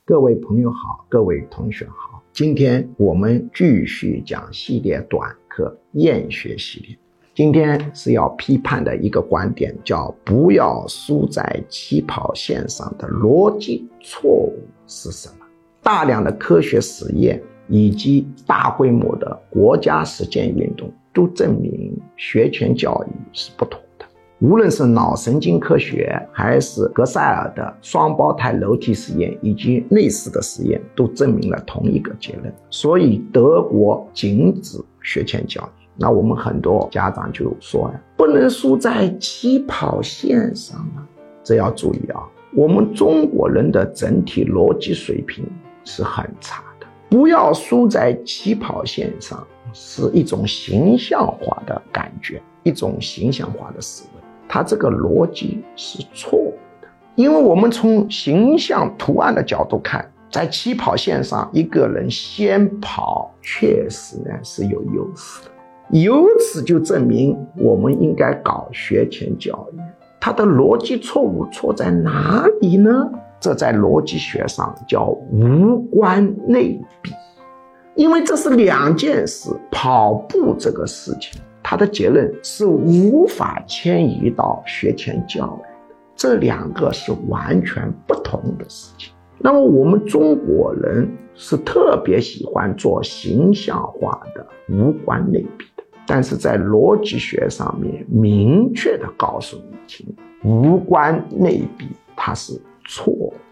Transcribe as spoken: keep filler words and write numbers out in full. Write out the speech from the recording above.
各位朋友好，各位同学好，今天我们继续讲系列短课厌学系列。今天是要批判的一个观点，叫不要输在起跑线上的逻辑错误是什么？大量的科学实验以及大规模的国家实践运动都证明学前教育是不妥的。无论是脑神经科学还是格塞尔的双胞胎楼梯实验以及类似的实验都证明了同一个结论。所以德国禁止学前教育。那我们很多家长就说呀，不能输在起跑线上啊。这要注意啊，我们中国人的整体逻辑水平是很差的。不要输在起跑线上是一种形象化的感觉，一种形象化的思维，它这个逻辑是错误的。因为我们从形象图案的角度看，在起跑线上一个人先跑确实呢是有优势的，由此就证明我们应该搞学前教育。它的逻辑错误错在哪里呢？这在逻辑学上叫无关类比。因为这是两件事，跑步这个事情它的结论是无法迁移到学前教育的，这两个是完全不同的事情。那么我们中国人是特别喜欢做形象化的无关类比的，但是在逻辑学上面明确地告诉你听，无关类比它是错的。